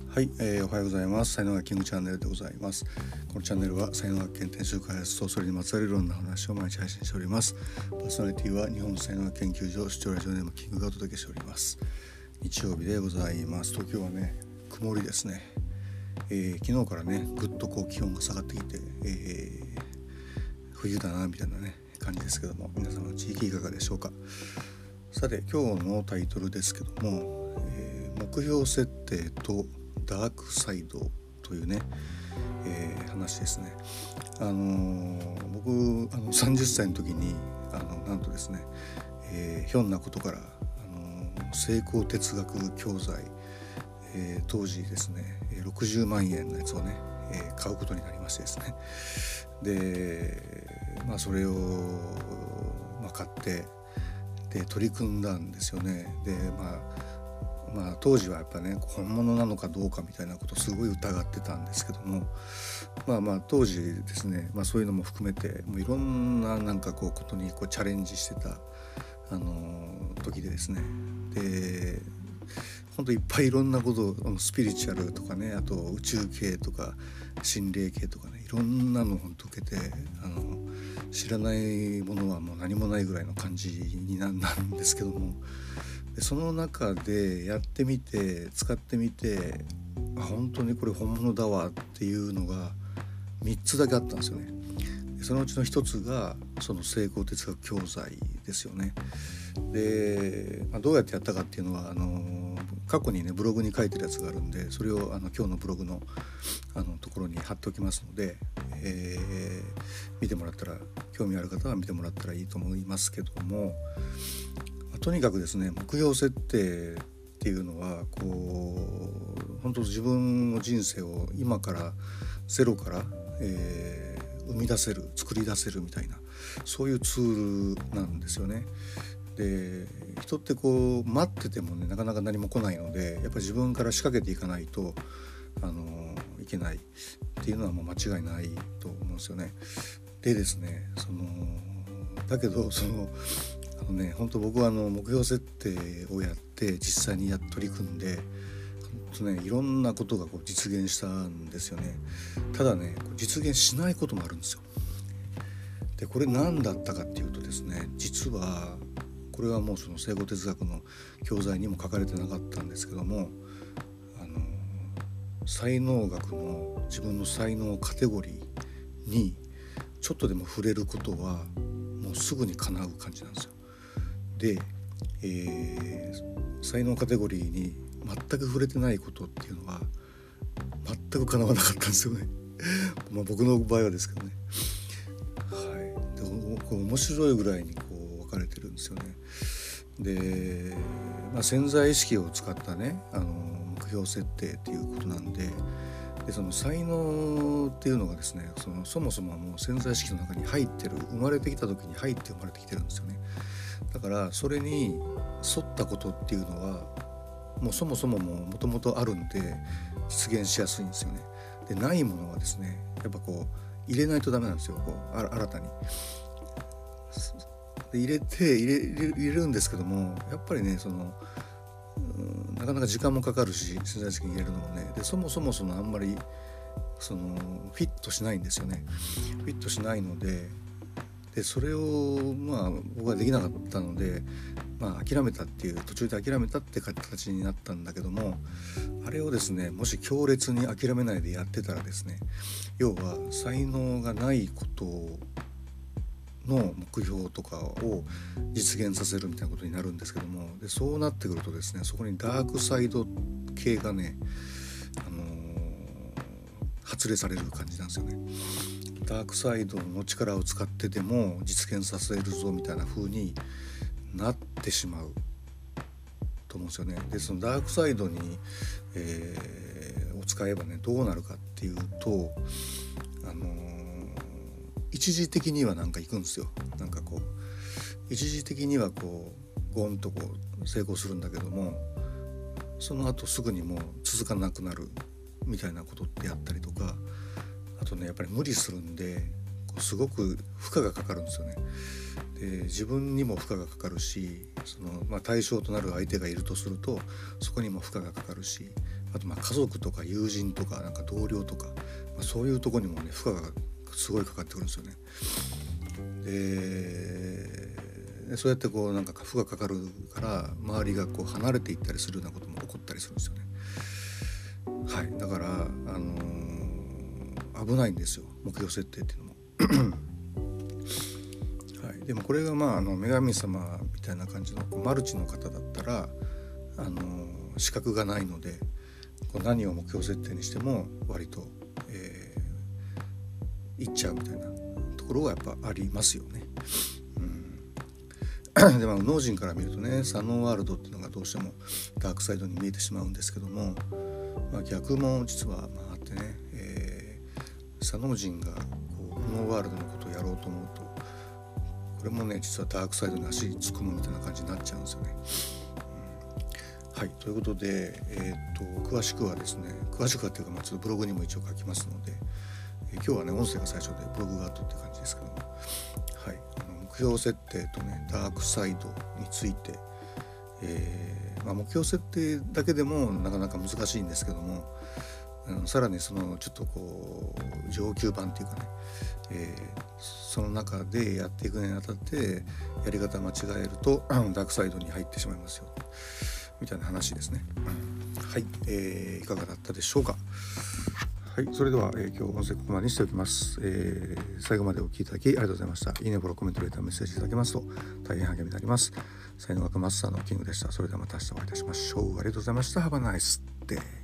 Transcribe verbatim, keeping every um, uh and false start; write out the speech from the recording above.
はい、えー、おはようございます。才能学キングチャンネルでございます。このチャンネルは才能学研転職開発とそれにまつわるいろんな話を毎日配信しております。パーソナリティは日本才能学研究所視聴ラジオネームキングがお届けしております。日曜日でございます。東京はね曇りですね。えー、昨日からねぐっとこう気温が下がってきて、えー、冬だなみたいなね感じですけども、皆様の地域いかがでしょうか。さて今日のタイトルですけども、えー、目標設定とダークサイドというね、えー、話ですね。あのー、僕あのさんじゅっさいの時にあのなんとですね、えー、ひょんなことから、あのー、成功哲学教材、えー、当時ですねろくじゅうまんえんのやつをね、えー、買うことになりましてですね。で、まあ、それを、まあ、買ってで取り組んだんですよね。でまあまあ、当時はやっぱね本物なのかどうかみたいなことをすごい疑ってたんですけども、まあまあ当時ですね、まあ、そういうのも含めてもういろんななんかこうことにこうチャレンジしてた、あのー、時でですね。で本当いっぱいいろんなことをスピリチュアルとかね、あと宇宙系とか心霊系とかね、いろんなのを本当受けて、あの知らないものはもう何もないぐらいの感じになるんですけども、でその中でやってみて使ってみて、あ本当にこれ本物だわっていうのがみっつだけあったんですよね。でそのうちのひとつがその成功哲学教材ですよね。で、まあ、どうやってやったかっていうのはあの過去にねブログに書いてるやつがあるんで、それをあの今日のブログのあのところに貼っておきますので、えー、見てもらったら、興味ある方は見てもらったらいいと思いますけども、とにかくですね目標設定っていうのはこう本当自分の人生を今からゼロから、えー、生み出せる作り出せるみたいな、そういうツールなんですよね。で人ってこう待っててもねなかなか何も来ないので、やっぱり自分から仕掛けていかないとあのいけないっていうのはもう間違いないと思うんですよね。でですねそのだけどそのあのね本当僕はあの目標設定をやって実際にや取り組んで本当ねいろんなことがこう実現したんですよね。ただね実現しないこともあるんですよ。でこれ何だったかっていうとですね、実はこれはもうその成功哲学の教材にも書かれてなかったんですけども、あの才能学の自分の才能カテゴリーにちょっとでも触れることはもうすぐに叶う感じなんですよ。で、えー、才能カテゴリーに全く触れてないことっていうのは全く叶わなかったんですよね。まあ僕の場合はですけどね。はい。でこう面白いぐらいにこう分かれてるんですよね。で、まあ、潜在意識を使ったねあの目標設定っていうことなんで、でその才能っていうのがですね、そのそもそももう潜在意識の中に入ってる、生まれてきた時に入って生まれてきてるんですよね。だからそれに沿ったことっていうのはもうそもそももともとあるんで実現しやすいんですよね。でないものはですねやっぱこう入れないとダメなんですよ。こう新たにで入れて入れ入れるんですけども、やっぱりねそのうんなかなか時間もかかるし、潜在意識に入れるのもね、でそもそもそのあんまりそのフィットしないんですよね。フィットしないのででそれをまあ僕はできなかったので、まあ、諦めたっていう途中で諦めたって形になったんだけども、あれをですねもし強烈に諦めないでやってたらですね、要は才能がないことの目標とかを実現させるみたいなことになるんですけども、でそうなってくるとですねそこにダークサイド系がね、あのー、発令される感じなんですよね。ダークサイドの力を使ってでも実現させるぞみたいな風になってしまうと思うんですよね。でそのダークサイドに、えー、を使えばねどうなるかっていうと、あのー、一時的にはなんかいくんですよ。なんかこう一時的にはこうゴンとこう成功するんだけども、その後すぐにもう続かなくなるみたいなことってやったりとか、あとねやっぱり無理するんですごく負荷がかかるんですよね。で自分にも負荷がかかるし、その、まあ、対象となる相手がいるとするとそこにも負荷がかかるし、 あとまあ家族とか友人とかなんか同僚とか、まあ、そういうところにもね負荷がすごいかかってくるんですよね。でそうやってこうなんか負荷がかかるから周りがこう離れていったりするようなことも起こったりするんですよね。はい、だから、あのー、危ないんですよ、目標設定っていうのも。はい、でもこれがまああの女神様みたいな感じのマルチの方だったら、あのー、資格がないのでこう何を目標設定にしても割と、えー、いっちゃうみたいなところがやっぱありますよね。うん、でも脳人から見るとね、左脳ワールドっていうのがどうしてもダークサイドに見えてしまうんですけども、まあ、逆も実はまああってね、えー、左脳人がこう脳ワールドのことをやろうと思うと、これもね実はダークサイドに足突っ込むみたいな感じになっちゃうんですよね。うん、はい、ということで、えー、と詳しくはですね詳しくはっていうか、まあ、ちょっとブログにも一応書きますので、えー、今日はね音声が最初でブログが後っていう感じですけども、はい、あの目標設定とねダークサイドについて、えーまあ、目標設定だけでもなかなか難しいんですけども、うん、さらにそのちょっとこう上級版っていうかね、えー、その中でやっていくにあたってやり方間違えるとダークサイドに入ってしまいますよみたいな話ですね。はい、えー、いかがだったでしょうか。はい、それでは、えー、今日音声ここまでにしておきます。えー、最後までお聞きいただきありがとうございました。いいね、フォロー、コメント、レター、メッセージいただけますと大変励みになります。才能学マスターのキングでした。それではまた明日お会いいたしましょう。ありがとうございました。Have a nice day.